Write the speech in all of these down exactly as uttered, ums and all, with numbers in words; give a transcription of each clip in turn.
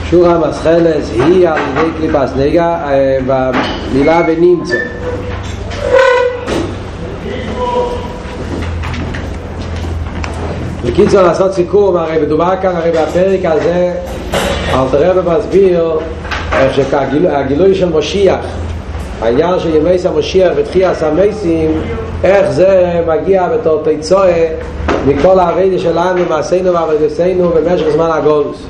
שור המסחלס היא על ידי קליפס נגע במילה ונמצא. בקיצור לעשות סיכום, הרי מדובר כאן הרי בפרק הזה אלתר רבי מסביר איך שהגילוי של משיח, העניין של ימי המשיח ותחיית המתים, איך זה מגיע בתור תוצאה מכל העבודה שלנו, מעשינו ועבודתנו במשך זמן הגולוס.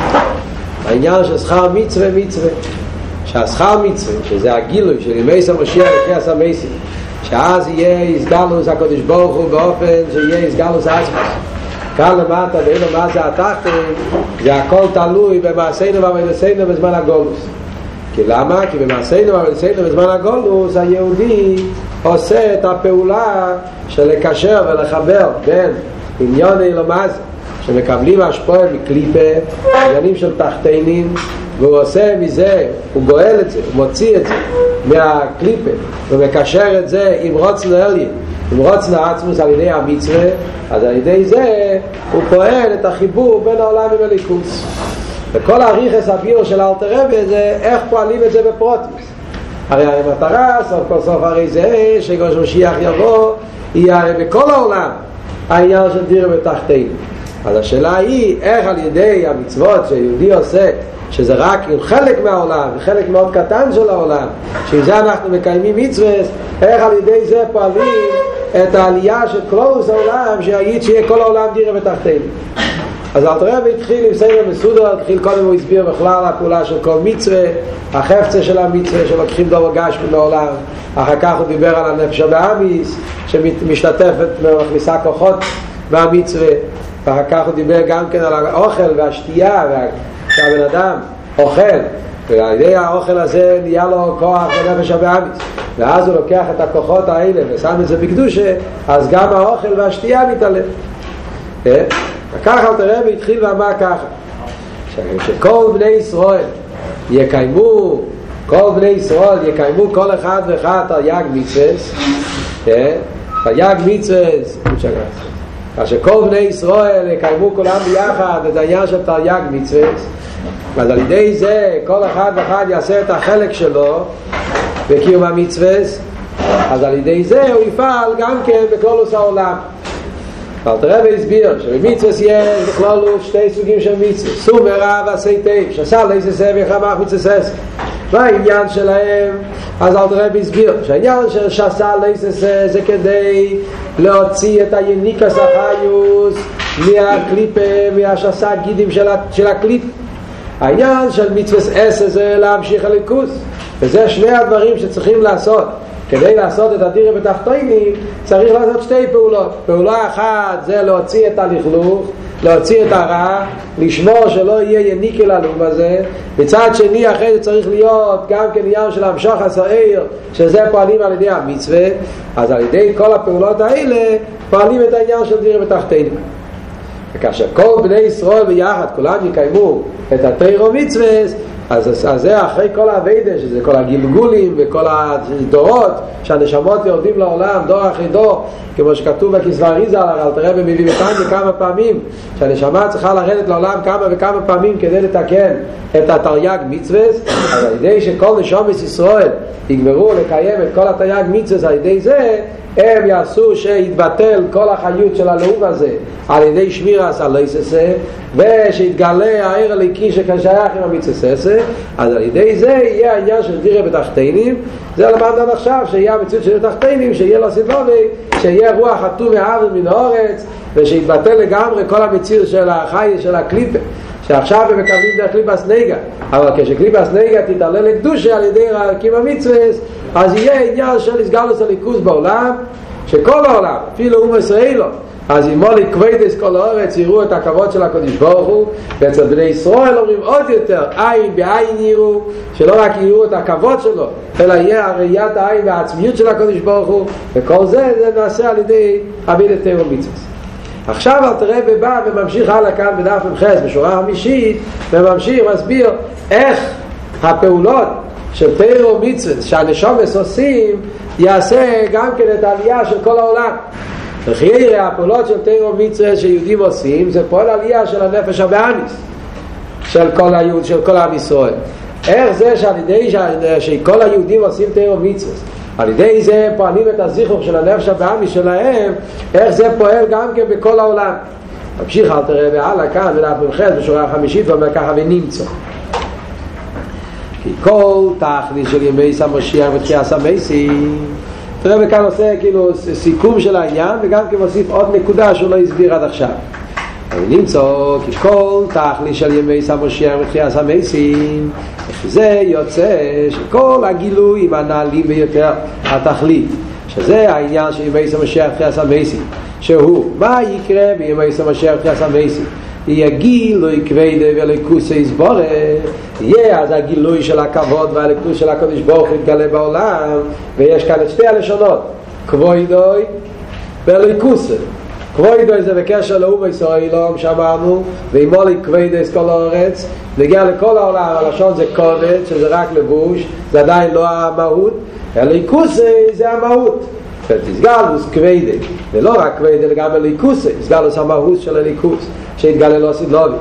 העניין של שכר מצווה מצווה, שהשכר מצווה, שזה הגילוי של ימי המשיח ותחיית המתים, שאז יהיה הסגלוס הקדוש ברוך הוא באופן שיהיה הסגלוס עצמוס. כאן למטה ואילו מה זה התחתן, זה הכל תלוי במעשינו ועבודתנו בזמן הגולוס. כי למה? כי במעשינו ועבודתנו בזמן הגולוס היהודי עושה את הפעולה של לקשר ולחבר בין עניון אילומז שמקבלים השפעה מקליפה, עניינים של תחתינים, והוא עושה מזה, הוא גואל את זה, הוא מוציא את זה מהקליפה ומקשר את זה עם רוצנו אליה, עם רוצנו עצמוס על ידי המצווה. אז על ידי זה הוא פועל את החיבור בין העולם ומליכוס. וכל הריחס הביור של אלתר רבי זה איך פועלים את זה בפרוטיס. הרי המטרה סוף כל סוף הרי זה שגוש משיח יבוא יהיה הרי בכל העולם העניין של דיר בתחתינו. אז השאלה היא איך על ידי המצוות שיהודי עושה, שזה רק חלק מהעולם וחלק מאוד קטן של העולם, שעם זה אנחנו מקיימים מצוות, איך על ידי זה פועלים את העלייה של כלולוס העולם, שיגיד שיהיה כל העולם דירה בתחתינו. אז אלתר רבי התחיל עם סדר מסודר, התחיל קודם הוא הסביר בכלל הפעולה של כל מצווה, החפצה של המצווה שלוקחים דבר גשמי מהעולם. אחר כך הוא דיבר על הנפש הבאמיס שמשתתפת ומכניסה כוחות מהמצווה, ואחר כך הוא דיבר גם כן על האוכל והשתייה, שהבן אדם אוכל ועל ידי האוכל הזה נהיה לו כוח בנפש הבאמיס, ואז הוא לוקח את הכוחות האלה ושם את זה בקדושה, אז גם האוכל והשתייה מתעלם. וכך אלתר רבי התחיל ואמר ככה, שכל בני ישראל יקיימו, כל בני ישראל יקיימו כל אחד ואחד תרי"ג מצוות, תרי"ג מצוות, כאשר כל בני ישראל יקיימו כולם ביחד את העניין של תרי"ג מצוות, אז על ידי זה כל אחד ואחד יעשה את החלק שלו בקיום המצוות, אז על ידי זה הוא יפעל גם כן בכלולוס העולם. אלתר רבי הסביר שבמצוות יש בכלולוס שתי סוגים של מצוות, סומרה ועשי טוב, שעשה לאיססה וחמח מצסס. מה העניין שלהם? אז אלתר רבי הסביר שהעניין של שעשה לאיססה זה כדי להוציא את היניקס החיוס מהקליפה, מהשעשה גידים של, של הקליפ. העניין של מצוות עשה זה להמשיך הליכוס, וזה שני הדברים שצריכים לעשות. כדי לעשות את הדירה בתחתינים צריך לעשות שתי פעולות. פעולה אחת זה להוציא את הלכלוך, להוציא את הרע, לשמור שלא יהיה יניק אל הלום הזה. בצד שני אחרי זה צריך להיות גם כן עניין של המשוך הסעיר, שזה פועלים על ידי המצווה. אז על ידי כל הפעולות האלה פועלים את העניין של דירה בתחתינים. וכאשר כל בני ישראל ביחד כולם יקיימו את התורה ומצוות, אז, אז זה אחרי כל העבודה, שזה כל הגלגולים וכל הדורות שהנשמות יורדים לעולם דור אחרי דור, כמו שכתוב בכסבי אריזה, אלתר רבי מביא בתניא כמה פעמים שהנשמה צריכה לרדת לעולם כמה וכמה פעמים כדי לתקן את התרי"ג מצוות. אז על ידי שכל נשמות ישראל יגמרו לקיים את כל התרי"ג מצוות, על ידי זה הם יעשו שיתבטל כל החיות של הלאום הזה על ידי שמירס הלויססה, ושיתגלה העיר הליקי ששייך עם המצססה. אז על ידי זה יהיה העניין של דירה בתחתינים. זה למדנו עכשיו שיהיה המציאות של תחתינים, שיהיה לו סיבובי, שיהיה רוח חתום מהאוויר מן האורץ, ושיתבטל לגמרי כל המציאות של החי של הקליפה, שעכשיו הם מקבלים דרך קליפס נגע, אבל כשקליפס נגע תתעלה לקדושה על ידי רקים המצוות, אז יהיה עניין של הסגלוס הליכוס בעולם, שכל העולם, אפילו אומה ישראלו, אז ימולי כבדס כל הארץ יראו את הכבוד של הקדוש ברוך הוא. ואצל בני ישראל אומרים עוד יותר, עין בעין יראו, שלא רק יראו את הכבוד שלו, אלא יהיה הראיית העין והעצמיות של הקדוש ברוך הוא, וכל זה זה נעשה על ידי עבודת תורה ומצוות. עכשיו אלתר רבי בא וממשיך הלאה כאן בדף ממחס בשורה חמישית, וממשיך מסביר איך הפעולות של תורה ומצוות שהנשומות עושים יעשה גם כן את העלייה של כל העולם. וכי הפעולות של תורה ומצוות שיהודים עושים זה פועל עלייה של הנפש הבאמיס, של כל היהוד, של כל עם ישראל. איך זה שעל ידי שכל היהודים עושים תורה ומצוות, על ידי זה פועלים את הזיכרון של הנפש הבאמי שלהם, איך זה פועל גם כן בכל העולם. תמשיך אל תראה והלאה כאן ודף במחד בשורה החמישית ואומר ככה ונמצא כי כל תכלית של ימי המשיח ותחיית המתים. תראה וכאן עושה כאילו סיכום של העניין וגם כן מוסיף עוד נקודה שהוא לא הסביר עד עכשיו. ונמצא כי כל תכלית של ימי המשיח ותחיית המתים, זה יוצא שכל הגילויים הנעלים ביותר התכלית, שזה העניין של ימי המשיח ותחיית המתים, שהוא מה יקרה בימי המשיח ותחיית המתים. יהיה גילוי כבד ואלוקות יתברך, יהיה אז הגילוי של הכבוד והאלוקות של הקדוש ברוך הוא יתגלה בעולם. ויש כאן את שתי הלשונות, כבודוי ואלוקות. כבודוי זה בקשר לאום ישראל שאמרנו, ואימולי כבד כל הארץ, נגיע לכל העולם. הלשון זה כובד, שזה רק לבוש, זה עדיין לא המהות. אלוקות זה המהות, תסגלוס כבד, ולא רק כבד אלא גם אלוקות, תסגלוס המהות של אלוקות שהתגלה לו סדלובי.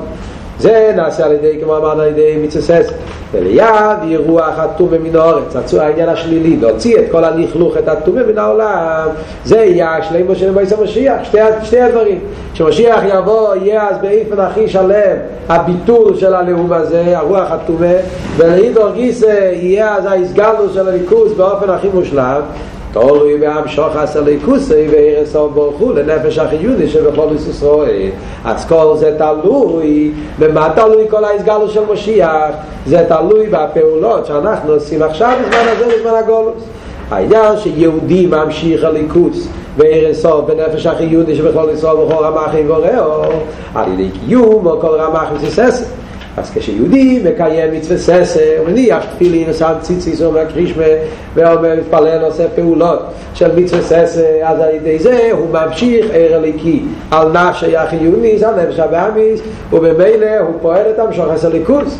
זה נעשה על ידי, כמו אמרנו, על ידי מצסס וליד ירוח התומה מן הארץ. העניין השלילי, להוציא את כל הנכלוך, את התומה מן העולם, זה יהיה השלימו של ימי המשיח. שתי, שתי הדברים, כשמשיח יבוא יהיה אז באופן הכי שלם הביטול של הלאום הזה, הרוח התומה, ולאידור גיסא יהיה אז ההסגלות של הליכוס באופן הכי מושלם. תלוי בהמשוך הסליקוסי והרסו ברכו לנפש החיודי שבכל ישראל. אז כל זה תלוי, במה תלוי כל ההסגלות של משיח? זה תלוי בפעולות שאנחנו עושים עכשיו בזמן הזה, בזמן הגולוס. העניין שיהודי ממשיך הליכוס והרסו בנפש החיודי שבכל ישראל בכל רמ"ח איבורהו על ידי קיום או כל רמ"ח מסיססת. אז כשיהודי מקיים מצווה ססה, הוא מניח תפילין, שם ציציס, הוא מקריש ואומר מתפלל, עושה פעולות של מצווה ססה, אז על ידי זה הוא ממשיך ער אלוקי על נפש החיוני, על נפש הבאמיס, ובמילא הוא פועל את המשוחס הליכוס.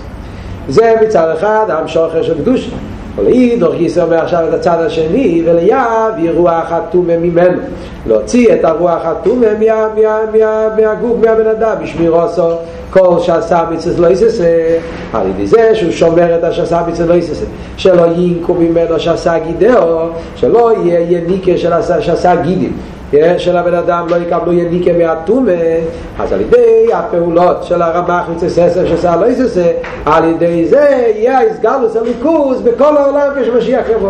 זה מצד אחד המשוחס של קדושה. ולאידור גיסא אומר עכשיו את הצד השני, וליד ירוח התומה ממנו, להוציא את הרוח התומה מהגוף, מהבן אדם, בשמירו עשו כל שעשה מצוות לא יססה, על ידי זה שהוא שומר את השעשה מצוות לא יססה, שלא ינקו ממנו שעשה גידאו, שלא יהיה יניקה של שעשה גידים, של הבן אדם לא יקבלו יניקה מהתומה. אז על ידי הפעולות של הרמ"ח מצססה שעשה לא יססה, על ידי זה יהיה הסגלוס הליכוס בכל העולם כשמשיח יבוא.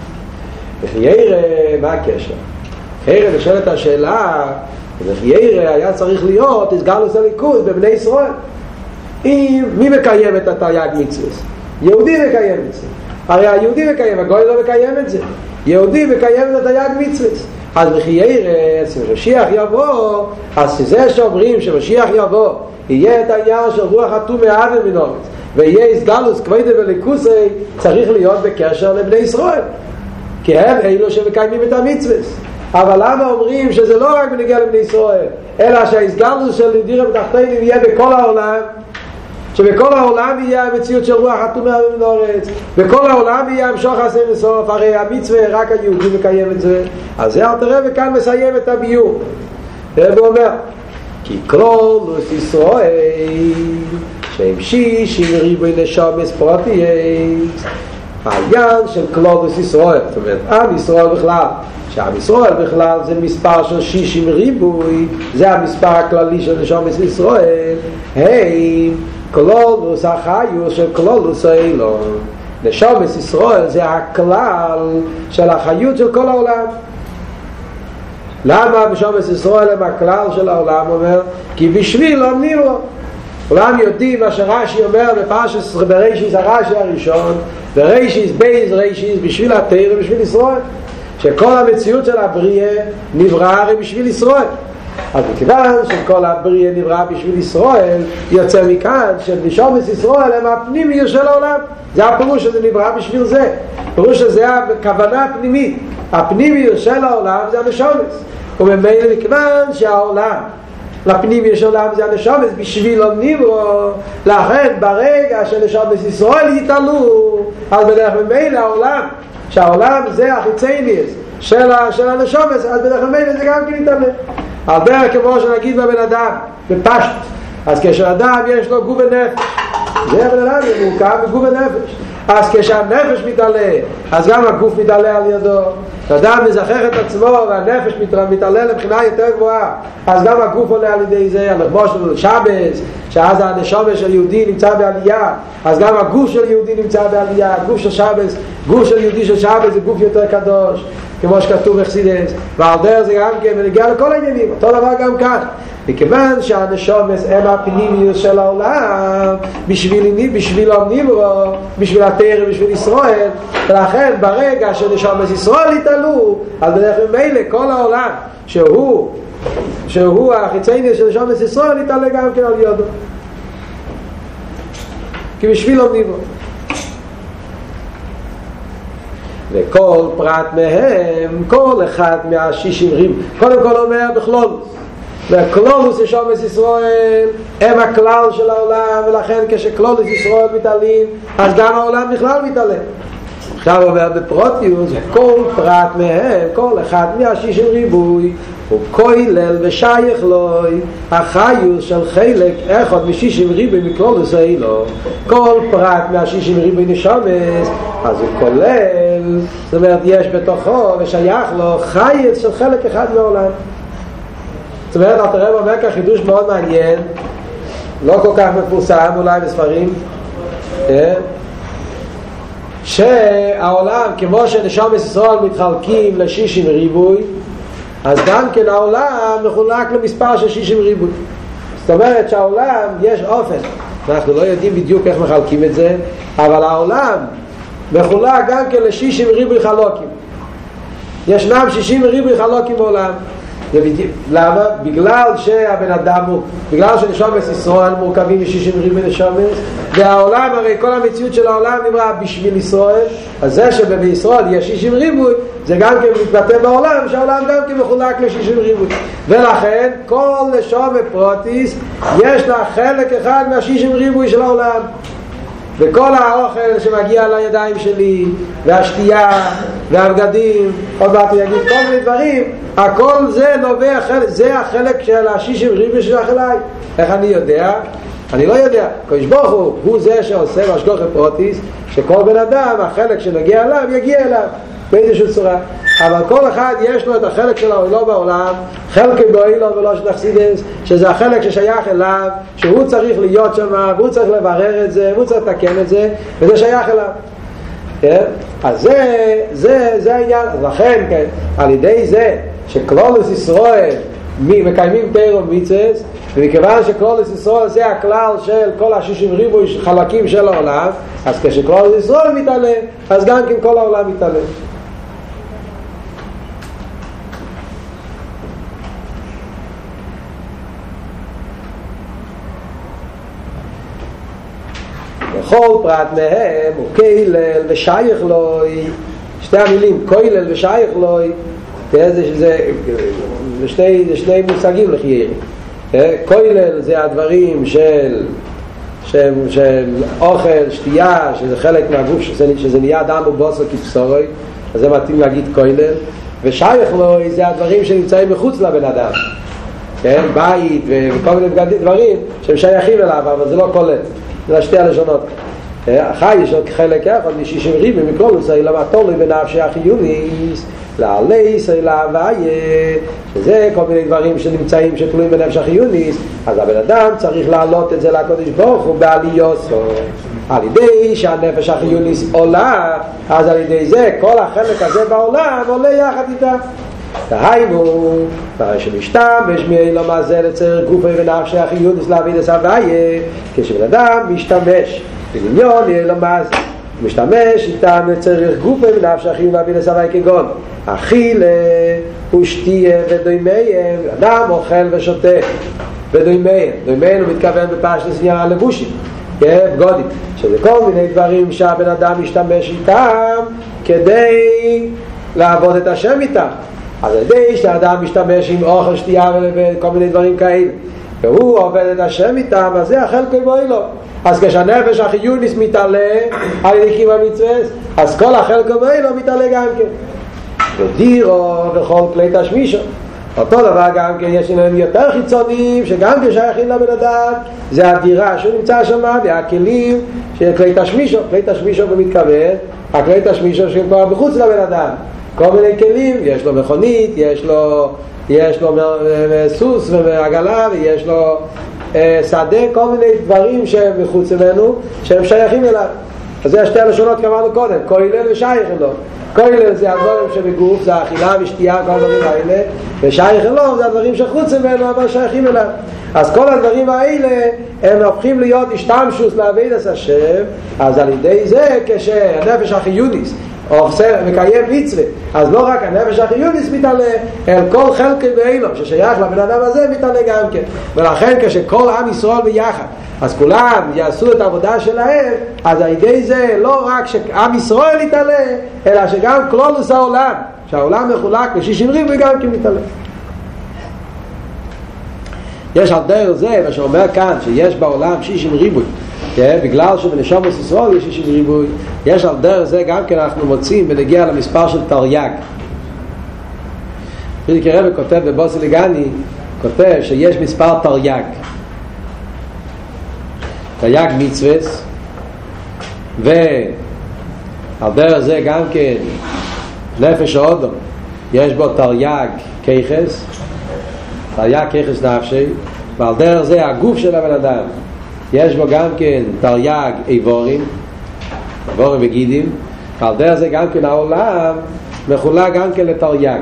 וחיירה, מה הקשר? חיירה נשאלת השאלה, וחיירה היה צריך להיות הסגלוס הליכוס בבני ישראל. אם מי מקיים את התרי"ג מצוות? יהודי מקיים את זה. הרי היהודי מקיים, הגוי לא מקיים את זה. יהודי מקיים את התרי"ג מצוות. אז בחיירה, כשמשיח יבוא, אז זה שאומרים שמשיח יבוא יהיה את העניין של רוח התומה עד מן הארץ ויהיה הסגלוס כבד ואלוקות, צריך להיות בקשר לבני ישראל, כי הם אלו שמקיימים את המצוות. אבל למה אומרים שזה לא רק בנגיע לבני ישראל, אלא שההסגלוס של דירה בתחתינים יהיה בכל העולם, שבכל העולם יהיה המציאות של רוח התומה מן הארץ, בכל העולם יהיה המשוך עשה וסוף. הרי המצווה רק היהודי מקיים את זה. אז זה אל תראה וכאן מסיים את הביור. הוא אומר כי כלולוס ישראל שהם שיש עם ריבוי נשמות פרטיות, העניין של כלולוס ישראל, זאת אומרת עם ישראל בכלל, שעם ישראל בכלל זה מספר של שישים ריבוי, זה המספר הכללי של נשמות ישראל. הם כלולוס החיוס של כלולוס האילון. נשמות ישראל זה הכלל של החיות של כל העולם. למה נשמות ישראל הם הכלל של העולם? אומר כי בשביל נברא. כולם יודעים מה שרש"י אומר בפרשת בראשית, הרש"י הראשון, בראשית בייז ראשית, בשביל התורה ובשביל ישראל, שכל המציאות של הבריאה נברא הרי בשביל ישראל. אז מכיוון שכל הבריאה נברא בשביל ישראל, יוצא מכאן שנשמות ישראל הם הפנימיות של העולם. זה הפירוש שזה נברא בשביל זה. הפירוש שזה הכוונה הפנימית, הפנימיות של העולם זה הנשמות. וממילא מכיוון שהעולם לפנימיות של העולם זה הנשמות, בשביל נברא, לכן ברגע שנשמות ישראל יתעלו, אז בדרך ממילא העולם, שהעולם זה החיצוניות של הנשמות, אז בדרך ממילא זה גם כן יתעלה. על דרך כמו שנגיד בבן אדם בפשט, אז כשאדם יש לו גוף ונפש, זה הבן אדם מורכב מגוף ונפש. אז כשהנפש מתעלה, אז גם הגוף מתעלה על ידו. כשאדם מזכח את עצמו והנפש מתעלה לבחינה יותר גבוהה, אז גם הגוף עולה על ידי זה. כמו שלנו שבס, שאז הנשמה של יהודי נמצא בעלייה, אז גם הגוף של יהודי נמצא בעלייה. הגוף של שבס, גוף של יהודי של שבס זה גוף יותר קדוש, כמו שכתוב בחסידות. ועל דרך זה גם כן ונגיע לכל העניינים, אותו דבר גם כאן. מכיוון שהנשומס הם הפנימיות של העולם, בשביל, בשביל הנברו, בשביל התורה, בשביל ישראל, ולכן ברגע שנשומס ישראל יתעלו, אז בדרך ממילא כל העולם שהוא, שהוא החיצוני של נשומס ישראל יתעלה גם כן על ידו, כי בשביל הנברו. וכל פרט מהם, כל אחד מהשישים רים, קודם כל אומר בכלולוס, וכלולוס נשומס ישראל הם הכלל של העולם, ולכן כשכלולוס ישראל מתעלים, אז גם העולם בכלל מתעלה. עכשיו אומר בפרוטיוס, כל פרט מהם, כל אחד מהשישים ריבוי, הוא כולל ושייך לו החיוס של חלק אחד משישים ריבוי מכלולוס האילו. כל פרט מהשישים ריבוי נשומס, אז הוא כולל, זאת אומרת יש בתוכו ושייך לו חייס של חלק אחד מהעולם. זאת אומרת, אתה רואה אומר כאן חידוש מאוד מעניין, לא כל כך מפורסם אולי בספרים, שהעולם, כמו שנשומות ישראל מתחלקים לשישים ריבוי, אז גם כן העולם מחולק למספר של שישים ריבוי. זאת אומרת שהעולם יש אופן, אנחנו לא יודעים בדיוק איך מחלקים את זה, אבל העולם מחולק גם כן לשישים ריבוי חלוקים. ישנם שישים ריבוי חלוקים בעולם. למה? בגלל שהבן אדם הוא, בגלל שנשומות ישראל מורכבים משישים ריבוי נשומות, והעולם, הרי כל המציאות של העולם נברא בשביל ישראל, אז זה שבישראל יש שישים ריבוי, זה גם כן מתבטא בעולם, שהעולם גם כן מחולק ל-שישים ריבוי, ולכן כל נשמה פרוטיס יש לה חלק אחד מה-שישים ריבוי של העולם. וכל האוכל שמגיע לידיים שלי, והשתייה, והבגדים, עוד מעט הוא יגיד כל מיני דברים, הכל זה נובע, זה החלק של השישים ריבוי שלך אליי. איך אני יודע? אני לא יודע. קדוש ברוך הוא, הוא זה שעושה בהשגחה פרוטיס, שכל בן אדם, החלק שנגיע אליו, יגיע אליו באיזושהי צורה. אבל כל אחד יש לו את החלק שלו לא בעולם, חלק באילו ולא שנחסידס, שזה החלק ששייך אליו, שהוא צריך להיות שם, והוא צריך לברר את זה, והוא צריך לתקן את זה, וזה שייך אליו. כן? אז זה, זה, זה העניין. לכן, כן, על ידי זה שכלולוס ישראל מקיימים תורה ומצוות, ומכיוון שכלולוס ישראל זה הכלל של כל השישים ריבוי חלקים של העולם, אז כשכלולוס ישראל מתעלה, אז גם כן כל העולם מתעלה. בכל פרט מהם הוא כולל ושייך לו, שתי המילים כולל ושייך לו, זה, זה, זה, שני, זה שני מושגים לחייר. כולל זה הדברים של, של, של אוכל, שתייה, שזה חלק מהגוף, שזה, שזה נהיה דם ובוסר כבשורוי, אז זה מתאים להגיד כולל. ושייך לו זה הדברים שנמצאים מחוץ לבן אדם, כן? בית וכל מיני דברים שהם שייכים אליו, אבל זה לא כולל. זה שתי הלשונות. החי יש עוד חלק אחד משישים ריבוי מכלולוס האילו, מה תלוי בנפשי החיוניס לעלי ישראל להוויה, שזה כל מיני דברים שנמצאים שתלויים בנפש החיוניס. אז הבן אדם צריך להעלות את זה לקדוש ברוך הוא בעליוסו, על ידי שהנפש החיוניס עולה, אז על ידי זה כל החלק הזה בעולם עולה יחד איתה. דהיינו, שמשתמש מאילו מזה לצריך גופי ונפשי החיוניס להביא לסוויה, כשבן אדם משתמש בדמיון אילו מזה, משתמש איתם לצריך גופי ונפשי החיוניס להביא לסוויה, כגון אכילה ושתייה ודוימיהם, אדם אוכל ושותה ודוימיהם. דוימיהם הוא מתכוון בפשטות עניין הלבושים, בגודים, שזה כל מיני דברים שהבן אדם משתמש איתם כדי לעבוד את השם איתם. אז על ידי שהאדם משתמש עם אוכל, שתייה וכל מיני דברים כאלה, והוא עובד את השם איתם, אז זה החלק כבואי לו. אז כשהנפש החיוניס מתעלה על ידי קיום המצוות, אז כל החלק כבואי לו מתעלה גם כן. ודירו וכל כלי תשמישו, אותו דבר גם כן יש עניינים יותר חיצוניים שגם כן שייכים לבן אדם, זה הדירה שהוא נמצא שם והכלים של כלי תשמישו, כלי תשמישו במתכוון, הכלי תשמישו שכבר בחוץ לבן אדם, כל מיני כלים, יש לו מכונית, יש לו, יש לו סוס ועגלה ויש לו אה, שדה, כל מיני דברים שהם מחוץ ממנו שהם שייכים אליו. אז זה השתי הלשונות כאמרנו קודם, כולל ושייך לו. כולל זה הדברים שבגוף, זה האכילה ושתייה, כל הדברים האלה, ושייך לו זה הדברים שחוץ ממנו אבל שייכים אליו. אז כל הדברים האלה הם הופכים להיות השתמשוס לעבודת השם. אז על ידי זה כשהנפש החיונית מקיים מצווה, אז לא רק הנפש החיונית מתעלה, אל כל חלקי ואילו ששייך לבן אדם הזה מתעלה גם כן. ולכן כשכל עם ישראל ביחד אז כולם יעשו את העבודה שלהם, אז על ידי זה לא רק שעם ישראל יתעלה, אלא שגם כלולוס העולם, שהעולם מחולק לשישים ריבוי גם כן מתעלה. יש על דרך זה מה שאומר כאן שיש בעולם שישים ריבוי, כן? בגלל שבנשמת ישראל יש שישים ריבוי, יש על דרך זה גם כן אנחנו מוצאים ונגיע למספר של תרי"ג. פרידיקי רבי כותב בבוסי לגני, כותב שיש מספר תרי"ג, תרי"ג מצוות, ועל דרך זה גם כן נפש האדם יש בו תרי"ג כיחס, תרי"ג כיחס נפשי, ועל דרך זה הגוף של הבן אדם יש בו גם כן תרי"ג איבורים, איבורים וגידים, ועל דרך זה גם כן העולם מחולק גם כן לתרי"ג.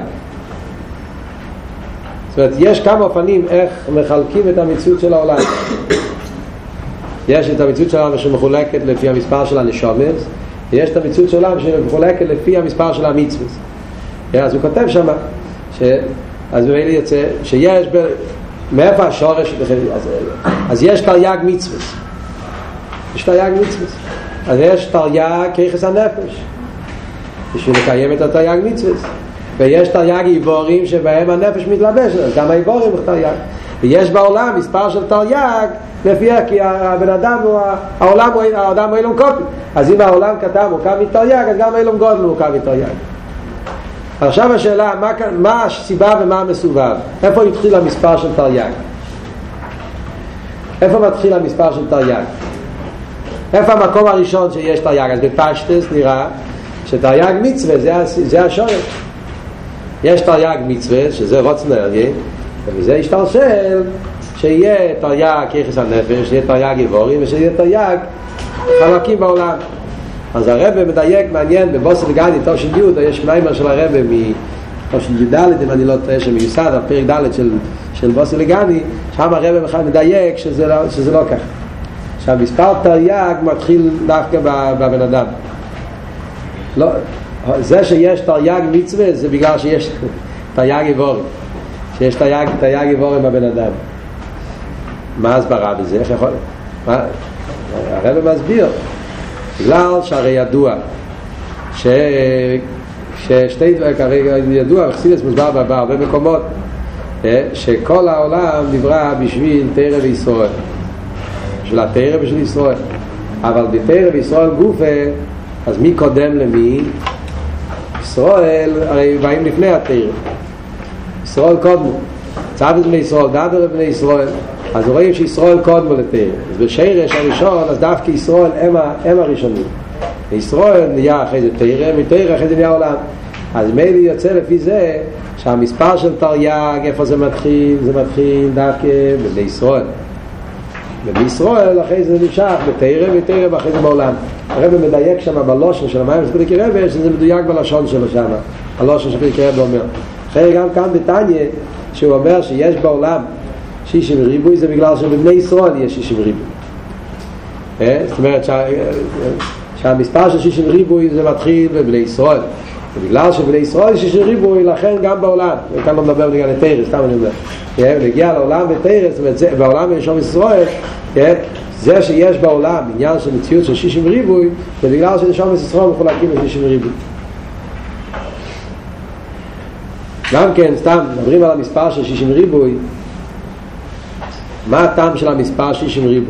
זאת אומרת יש כמה אופנים איך מחלקים את המציאות של העולם. יש את המציאות של העולם שמחולקת לפי המספר של הנשומות, ויש את המציאות של העולם שמחולקת לפי המספר של המצוות. אז הוא כותב שם ש... אז במילא יוצא שיש ב... מאיפה השורש, אז, אז יש תרי"ג מצוות, יש תרי"ג מצוות, אז יש תרי"ג כיחס הנפש בשביל לקיים את התרי"ג מצוות, ויש תרי"ג איבורים שבהם הנפש מתלבש, אז גם האיבורים תרי"ג, ויש בעולם מספר של תרי"ג לפי כי הבן אדם הוא העולם, הוא האדם הוא אילום קופי, אז אם העולם קטן מורכב מתרי"ג, אז גם אילום גודל מורכב מתרי"ג. עכשיו השאלה, מה, מה הסיבה ומה המסובב? איפה התחיל המספר של תרי"ג? איפה מתחיל המספר של תרי"ג? איפה המקום הראשון שיש תרי"ג? אז בפשטס נראה שתרי"ג מצווה זה, זה השורש. יש תרי"ג מצווה שזה רוצן הרגל, ומזה השתלשל שיהיה תרי"ג כיחס הנפש, שיהיה תרי"ג איבורים ושיהיה תרי"ג חלקים בעולם. אז הרב מדייק מעניין בבוסי לגני תושן יהודה, יש מיימר של הרב מתושן י"ד אם אני לא טועה שמיוסד על פרק ד' של, של בוסי לגני, שם הרב בכלל מדייק שזה לא, שזה לא כך, שהמספר תרי"ג מתחיל דווקא בבן אדם. לא, זה שיש תרי"ג מצווה זה בגלל שיש תרי"ג איבורים, שיש תרי"ג תרי"ג איבורים בבן אדם. מה הסברה בזה? איך יכול? מה? הרב מסביר בגלל שהרי ידוע ש... ששתי דברים, הרי ידוע וחסידס מוסבר בהרבה מקומות שכל העולם נברא בשביל תורה וישראל, בשביל התורה בשביל ישראל, אבל בתורה וישראל גופה, אז מי קודם למי? ישראל הרי באים לפני התורה, ישראל קודמו, צוות בני ישראל, דבר בני ישראל, אז רואים שישראל קודמו לתורה. אז בשרש הראשון אז דווקא ישראל הם, הם הראשונים, ישראל נהיה אחרי זה תורה, מתורה אחרי זה נהיה עולם. אז מילא יוצא לפי זה שהמספר של תרי"ג איפה זה מתחיל? זה מתחיל דווקא בבני ישראל, בבני ישראל אחרי זה נמשך בתורה ותורה ואחרי זה בעולם. הרב מדייק שם בלושן של המים של פריקי רבי שזה מדויק בלשון שלו שם, הלושן של פריקי רבי אומר. אחרי גם כאן בתניא שהוא אומר שיש בעולם שישים ריבוי, זה בגלל שבבני ישראל יש שישים ריבוי. זאת אומרת שה, שהמספר של שישים ריבוי זה מתחיל בבני ישראל, ובגלל שבבני ישראל יש שישים ריבוי לכן גם בעולם, וכאן לא מדבר בגלל לתרס, סתם אני אומר, נגיע לעולם ותרס, זאת אומרת בעולם ונשום ישראל, זה שיש בעולם עניין של מציאות של שישים ריבוי זה בגלל שנשום ישראל מחולקים ל-שישים ריבוי. גם כן סתם מדברים על המספר של שישים ריבוי, מה הטעם של המספר שישים ריבוי?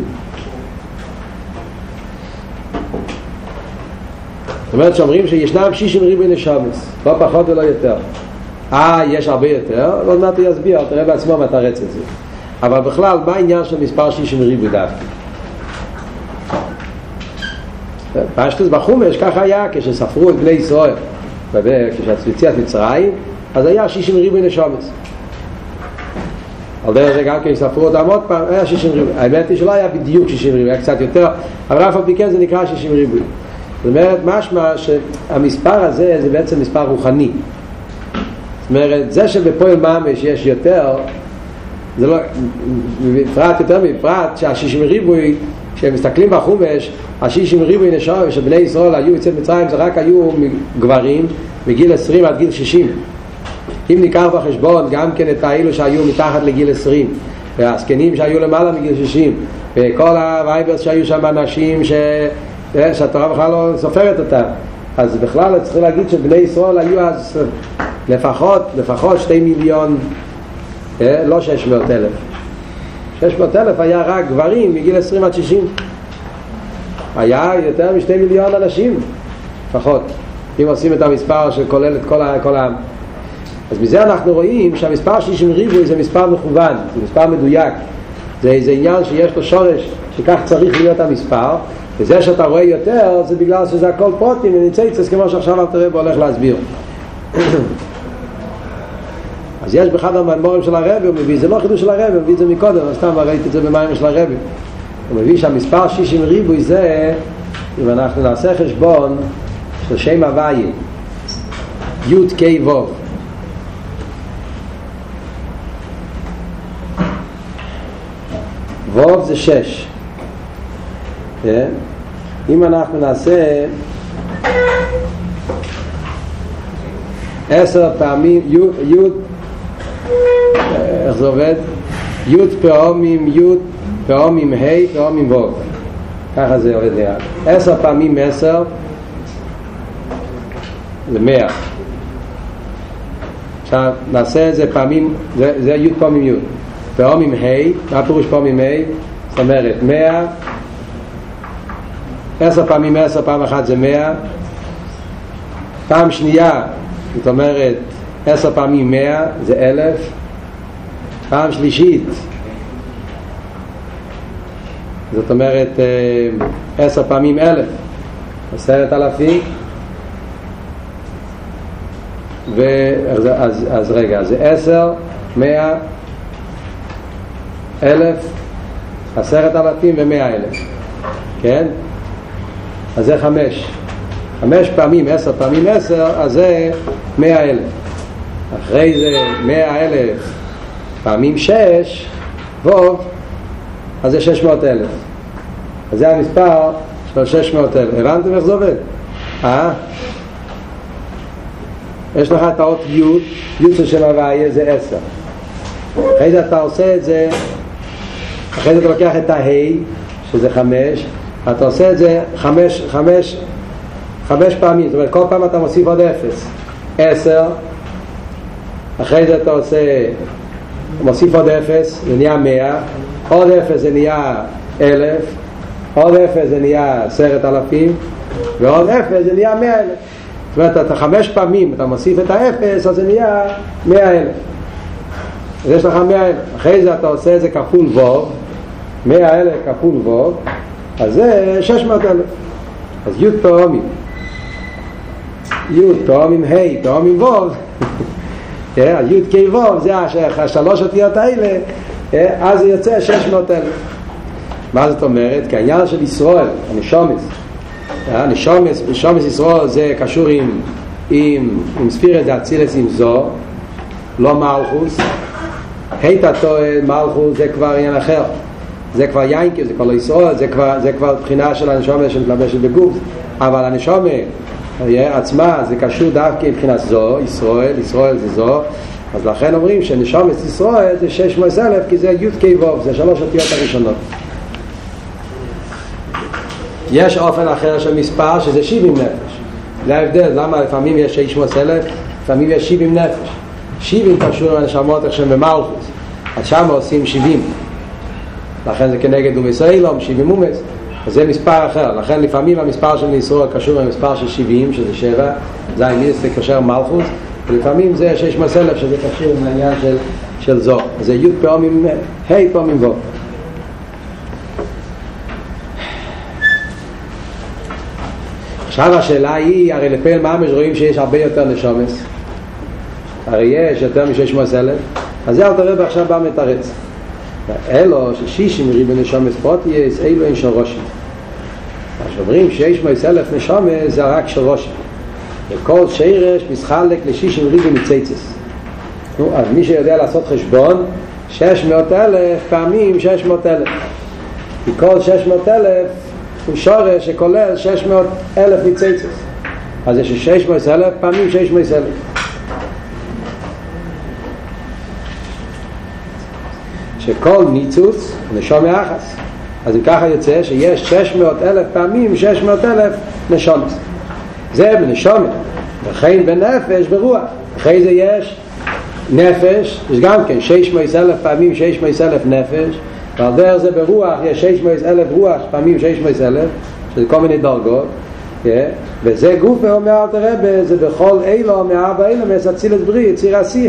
זאת אומרת שאומרים שישנם שישים ריבוי נשמות, לא פחות ולא יותר. אה, יש הרבה יותר, עוד מעט הוא יסביר, תראה בעצמו מתרץ את זה. אבל בכלל, מה העניין של מספר שישים ריבוי דווקא? פשטוס בחומש, ככה היה, כשספרו את בני ישראל, כשהצביציאת מצרים, אז היה שישים ריבוי נשומס. על דרך זה גם כשספרו אותם עוד פעם, היה שישים ריבוי. האמת היא שלא היה בדיוק שישים ריבוי, היה קצת יותר, אבל אף על פי כן זה נקרא שישים ריבוי. זאת אומרת, משמע שהמספר הזה זה בעצם מספר רוחני. זאת אומרת, זה שבפועל ממש יש יותר, זה לא, בפרט יותר מפרט, שהשישים ריבוי, כשהם מסתכלים בחומש, השישים ריבוי נשום שבני ישראל היו יצאת מצרים, זה רק היו גברים מגיל עשרים עד גיל שישים. אם ניקח בחשבון גם כן את האלו שהיו מתחת לגיל עשרים, והזקנים שהיו למעלה מגיל שישים, וכל הווייברס שהיו שם אנשים ש... שהתורה בכלל לא סופרת אותם, אז בכלל צריך להגיד שבני ישראל היו אז לפחות, לפחות שתי מיליון, לא שש מאות אלף. שש מאות אלף היה רק גברים מגיל עשרים עד שישים. היה יותר משתי מיליון אנשים לפחות, אם עושים את המספר שכולל את כל, כל העם. אז מזה אנחנו רואים שהמספר שישים ריבוי זה מספר מכוון, זה מספר מדויק, זה איזה עניין שיש לו שורש שכך צריך להיות המספר, וזה שאתה רואה יותר זה בגלל שזה הכל פרוטים וניציצס, כמו שעכשיו אל תראה בו הולך להסביר. אז יש באחד המאמרים של הרבי, הוא מביא, זה לא חידוש של הרבי, הוא מביא את זה מקודם, אבל סתם ראיתי את זה במאמרים של הרבי. הוא מביא שהמספר שישים ריבוי זה, אם אנחנו נעשה חשבון של שם הוויה, י' ק' ו'. ו' זה שש. אם אנחנו נעשה עשר פעמים י', איך זה עובד? י' פעמים י' פעמים ה' פעמים ו', ככה זה עובד ליד. עשר פעמים עשר זה מאה. עכשיו נעשה את זה פעמים, זה, זה י' פעמים י' פעמים ה'. מה פירוש פעמים ה'? זאת אומרת מאה, עשר פעמים עשר, פעם אחת זה מאה. פעם שנייה, זאת אומרת עשר פעמים מאה זה אלף. פעם שלישית, זאת אומרת עשר פעמים אלף, עשרת אלפים. ואז אז, אז רגע, זה עשר, מאה, אלף, עשרת אלפים ומאה אלף, כן? אז זה חמש. חמש פעמים עשר פעמים עשר, אז זה מאה אלף. אחרי זה מאה אלף פעמים שש, ווב, אז זה שש מאות אלף. אז זה המספר של שש מאות אלף. הבנתם איך זה עובד? אה? יש לך את האות י', י' של שם הוויה זה עשר. אחרי זה אתה עושה את זה, אחרי זה אתה לוקח את ההי, שזה חמש, אתה עושה את זה חמש, חמש, חמש פעמים. זאת אומרת, כל פעם אתה מוסיף עוד אפס. עשר, אחרי זה אתה עושה, מוסיף עוד אפס, זה נהיה מאה, עוד אפס זה נהיה אלף, עוד אפס זה נהיה עשרת אלפים, ועוד אפס זה נהיה מאה אלף. זאת אומרת, אתה חמש פעמים, אתה מוסיף את האפס, אז זה נהיה מאה אלף. אז יש לך מאה אלף. אחרי זה אתה עושה את זה כפול ווב, מאה אלף כפול ווב, אז זה שש מאות אלף. אז י' תאומים, י' תאומים ה' תאומים ווב, אז י' ק' ווב, זה השלוש אותיות האלה, אז זה יוצא שש מאות אלף. מה זאת אומרת? כי העניין של ישראל, הנשומס, הנשומס, נשומס ישראל זה קשור עם, עם, עם ספירת זה אצילס עם זו, לא מלכוס. היית טוען מלכוס זה כבר עניין אחר, זה כבר יינקי, זה כבר לא ישראל, זה כבר, זה כבר בחינה של הנשומס שמתלבשת בגוף, אבל הנשומס עצמה זה קשור דווקא מבחינת זו, ישראל, ישראל זה זו. אז לכן אומרים שנשומס ישראל זה שש מאות אלף, כי זה י' ק' ו', זה שלוש אותיות הראשונות. יש אופן אחר של מספר שזה שבעים נפש. זה ההבדל, למה לפעמים יש שש מאות אלף, לפעמים יש שבעים נפש. שבעים קשור לנשמות איך שהם במלכוס, אז שם עושים שבעים, לכן זה כנגד ומסעילום, שבעים אומץ, אז זה מספר אחר. לכן לפעמים המספר של ישראל קשור למספר של שבעים, שזה שבע, זה המיס לקשר מלכוס, ולפעמים זה שש עשרה אלף שזה קשור עם העניין של, של זו. זה י' פעמים ה' פעמים ו'. עכשיו השאלה היא, הרי לפעמים ממש רואים שיש הרבה יותר נשומס, הרי יש יותר מ-שש מאות אלף, אז זה אלתר רבי עכשיו בא מתרץ. אלו ששישים ריבו נשומס פרוטייס, אלו אין של ראשים. אז אומרים שיש מאות אלף נשומס זה רק של ראשים. וכל שרש מסחלק לשישים ריבו מצייצס. נו, אז מי שיודע לעשות חשבון, שש מאות אלף פעמים שש מאות אלף. כי כל שש מאות אלף הוא שורש שכולל שש מאות אלף ניצייצס. אז יש שש מאות אלף פעמים שש מאות אלף. שכל ניצוץ נשום יחס. אז אם ככה יוצא שיש שש מאות אלף פעמים שש מאות אלף נשום. זה בנשום. וכן בנפש ברוח. אחרי זה יש נפש, יש גם כן שש מאות אלף פעמים שש מאות אלף נפש. ועל דרך זה ברוח יש שש מאות אלף רוח פעמים שש מאות אלף, שזה כל מיני דרגות, וזה גוף אומר אלתר רבי, זה בכל אילו מארבע אילו מסציל את בריא, יציר עשייה.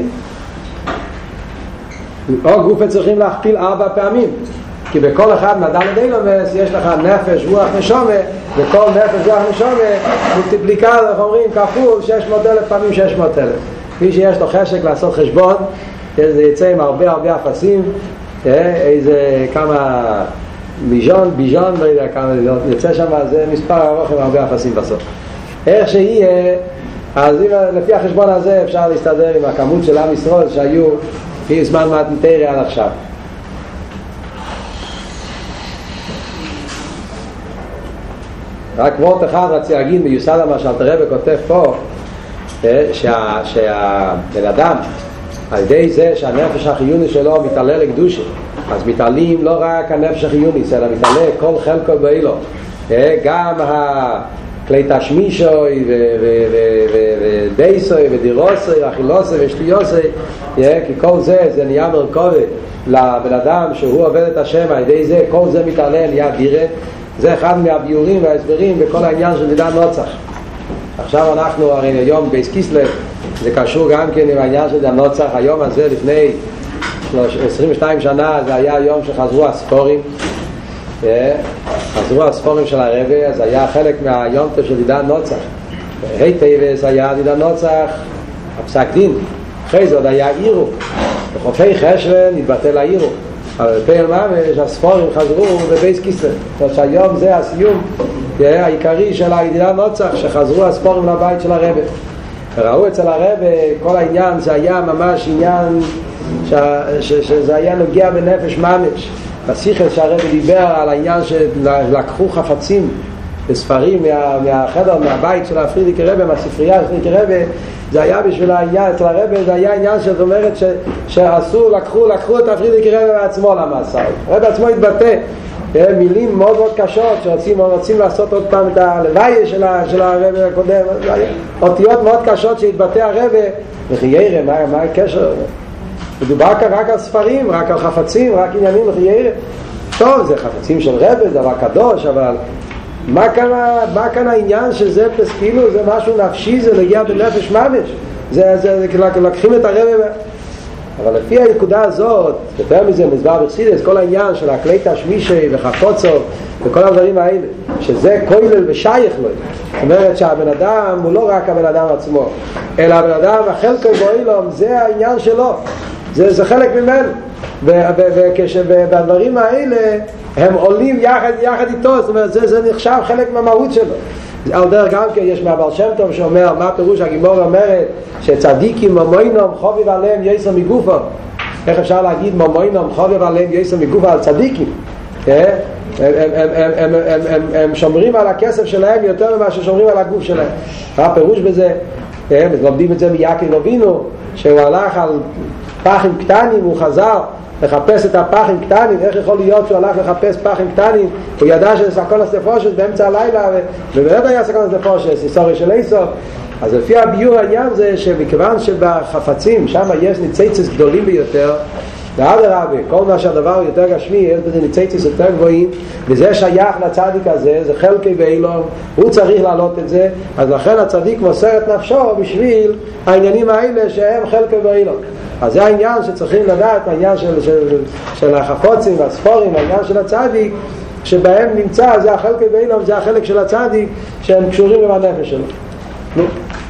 או גוף צריכים להכפיל ארבע פעמים, כי בכל אחד מהדלת אילומס יש לך נפש, רוח, נשומה, וכל נפש, רוח, נשומה מולטיפליקה, אנחנו אומרים, כפול שש מאות אלף פעמים שש מאות אלף. מי שיש לו חשק לעשות חשבון, זה יצא עם הרבה הרבה אפסים, איזה כמה ביז'ון, ביז'ון, לא יודע כמה, יוצא שם, זה מספר ארוך עם הרבה אפסים בסוף. איך שיהיה, אז אם, לפי החשבון הזה אפשר להסתדר עם הכמות של עם ישראל שהיו לפי זמן מתנתרי עד עכשיו. רק וורט אחד רצי להגיד מיוסד מה שאלתר רבי כותב פה, שה, שהבן אדם על ידי זה שהנפש החיוני שלו מתעלה לקדושה, אז מתעלים לא רק הנפש החיוני, אלא מתעלה כל חלקו באילו, גם הכלי תשמישוי ודייסוי ודירוסוי ואכילוסוי ושתיוסוי, כי כל זה זה נהיה מרכובת לבן אדם שהוא עובד את השם, על ידי זה כל זה מתעלה נהיה בירה. זה אחד מהביורים וההסברים בכל העניין של דידן נוצח. עכשיו אנחנו הרי היום בייס קיסלב, זה קשור גם כן עם העניין של דידן נוצח. היום הזה לפני עשרים ושתיים שנה זה היה היום שחזרו הספורים, חזרו הספורים של הרבי, אז היה חלק מהיום של דידן נוצח. היטבס היה דידן נוצח הפסק דין, אחרי זה עוד היה אירו, בחופי חשרן התבטל האירו, אבל בפעיל ממש הספורים חזרו בבייס קיסלב. זאת אומרת שהיום זה הסיום העיקרי של הידידה נוצח, שחזרו הספורים לבית של הרבי, וראו אצל הרבי כל העניין זה היה ממש עניין ש... ש... שזה היה נוגע בנפש ממש. בשיחה שהרבי דיבר על העניין שלקחו חפצים בספרים מה... מהחדר, מהבית של הפרידיקי רבי, מהספרייה של הפרידיקי רבי, זה היה בשביל העניין אצל הרבי, זה היה עניין שאת אומרת ש... שעשו, לקחו, לקחו את הפרידיקי רבי בעצמו למעשה. הרבי עצמו התבטא מילים מאוד מאוד קשות שרוצים רוצים לעשות עוד פעם את הלוואי של, של הרבי הקודם, אותיות מאוד קשות שהתבטא הרבי, וכי ירא, מה, מה הקשר? מדובר כאן רק על ספרים, רק על חפצים, רק עניינים, וכי ירא. טוב, זה חפצים של רבי, זה דבר קדוש, אבל מה כאן, מה כאן העניין שזה כאילו זה משהו נפשי, זה נגיע בנפש ממש, זה, זה, זה לקחים את הרבי. אבל לפי הנקודה הזאת, יותר מזה מסבר בחסידות, כל העניין של הכלי תשמישי וחפוצו וכל הדברים האלה, שזה כולל ושייך לו. זאת אומרת שהבן אדם הוא לא רק הבן אדם עצמו, אלא הבן אדם החלקו באילום, זה העניין שלו, זה, זה חלק ממנו. וכשבדברים האלה הם עולים יחד, יחד איתו, זאת אומרת זה, זה נחשב חלק מהמהות שלו. על דרך גם כן יש מהבעל שם טוב שאומר מה פירוש הגימור אומרת שצדיקים ממוינום חוביב עליהם יסר מגופו. איך אפשר להגיד ממוינום חוביב עליהם יסר מגופו על צדיקים? הם שומרים על הכסף שלהם יותר ממה ששומרים על הגוף שלהם. מה הפירוש בזה? לומדים את זה מיעקב אבינו שהוא הלך על פחים קטנים, הוא חזר לחפש את הפחים קטנים. איך יכול להיות שהוא הלך לחפש פחים קטנים? הוא ידע שזה סכון הספושת באמצע הלילה, ובאמת היה סכון הספושת, היסטוריה של איסוף. אז לפי הביור העניין זה שמכיוון שבחפצים שם יש ניצייצס גדולים ביותר, ואדרבה, כל מה שהדבר יותר גשמי, יש בזה ניציצוס יותר גבוהים, וזה שייך לצדיק הזה, זה חלקי באילום, הוא צריך לעלות את זה, אז לכן הצדיק מוסר את נפשו בשביל העניינים האלה שהם חלקי באילום. אז זה העניין שצריכים לדעת, העניין של, של, של החפוצים והספורים, העניין של הצדיק, שבהם נמצא, זה החלקי באילום, זה החלק של הצדיק, שהם קשורים עם הנפש שלו.